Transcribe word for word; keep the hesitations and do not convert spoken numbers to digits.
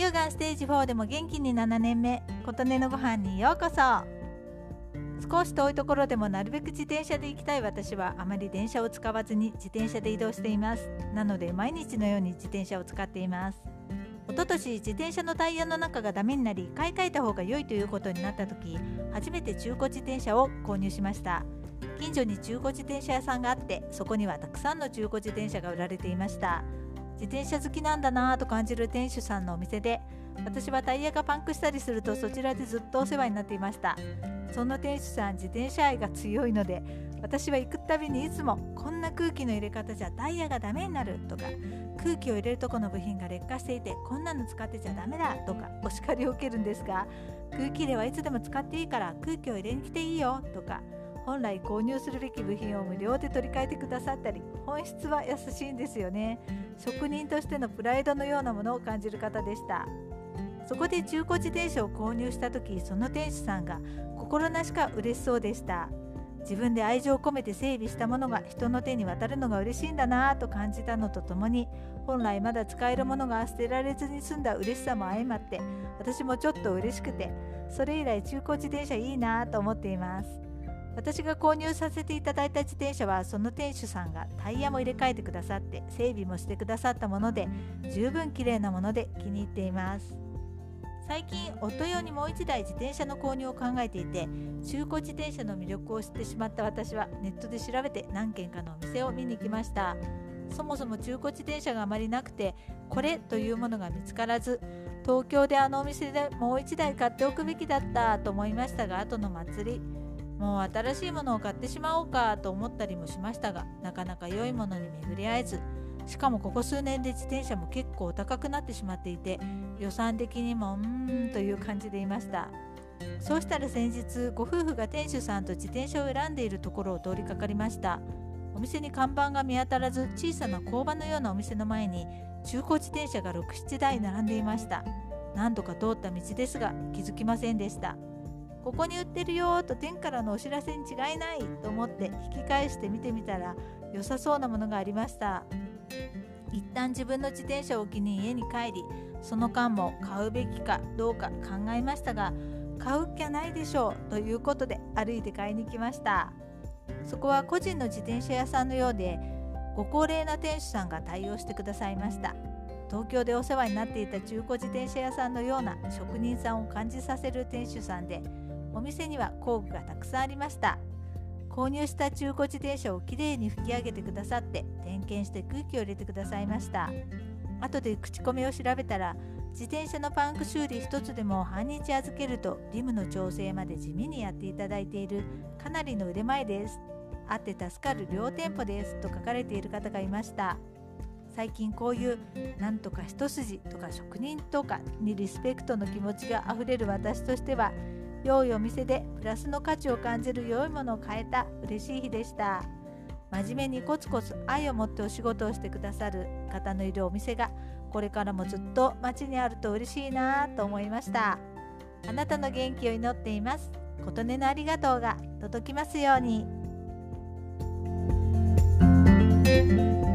乳がんステージフォーでも元気にななねんめ、琴音のご飯にようこそ。少し遠いところでもなるべく自転車で行きたい私はあまり電車を使わずに自転車で移動しています。なので毎日のように自転車を使っています。一昨年自転車のタイヤの中がダメになり買い替えた方が良いということになった時、初めて中古自転車を購入しました。近所に中古自転車屋さんがあって、そこにはたくさんの中古自転車が売られていました。自転車好きなんだなぁと感じる店主さんのお店で、私はタイヤがパンクしたりするとそちらでずっとお世話になっていました。その店主さん自転車愛が強いので、私は行くたびにいつもこんな空気の入れ方じゃタイヤがダメになるとか、空気を入れるとこの部品が劣化していてこんなの使ってちゃダメだとかお叱りを受けるんですが、空気入れはいつでも使っていいから空気を入れに来ていいよとか、本来購入するべき部品を無料で取り替えてくださったり、本質は優しいんですよね。職人としてのプライドのようなものを感じる方でした。そこで中古自転車を購入した時、その店主さんが心なしか嬉しそうでした。自分で愛情を込めて整備したものが人の手に渡るのが嬉しいんだなぁと感じたのとともに、本来まだ使えるものが捨てられずに済んだ嬉しさも相まって、私もちょっと嬉しくて、それ以来中古自転車いいなぁと思っています。私が購入させていただいた自転車は、その店主さんがタイヤも入れ替えてくださって整備もしてくださったもので、十分綺麗なもので気に入っています。最近夫用にもう一台自転車の購入を考えていて、中古自転車の魅力を知ってしまった私はネットで調べて何軒かのお店を見に行きました。そもそも中古自転車があまりなくて、これというものが見つからず、東京であのお店でもう一台買っておくべきだったと思いましたが、後の祭りもう新しいものを買ってしまおうかと思ったりもしましたが、なかなか良いものに巡り合えず、しかもここ数年で自転車も結構高くなってしまっていて、予算的にもうーんという感じでいました。そうしたら先日、ご夫婦が店主さんと自転車を選んでいるところを通りかかりました。お店に看板が見当たらず、小さな工場のようなお店の前に中古自転車がろく、ななだい並んでいました。何度か通った道ですが気づきませんでした。ここに売ってるよと店からのお知らせに違いないと思って引き返して見てみたら、良さそうなものがありました。一旦自分の自転車を置きに家に帰り、その間も買うべきかどうか考えましたが、買うっきゃないでしょうということで歩いて買いに来ました。そこは個人の自転車屋さんのようで、ご高齢な店主さんが対応してくださいました。東京でお世話になっていた中古自転車屋さんのような職人さんを感じさせる店主さんで、お店には工具がたくさんありました。購入した中古自転車をきれいに拭き上げてくださって、点検して空気を入れてくださいました。後で口コミを調べたら、自転車のパンク修理一つでも半日預けるとリムの調整まで地味にやっていただいているかなりの腕前です。あって助かる両店舗ですと書かれている方がいました。最近こういうなんとか一筋とか職人とかにリスペクトの気持ちがあふれる私としては、良いお店でプラスの価値を感じる良いものを買えた嬉しい日でした。真面目にコツコツ愛を持ってお仕事をしてくださる方のいるお店がこれからもずっと街にあると嬉しいなと思いました。あなたの元気を祈っています。琴音のありがとうが届きますように。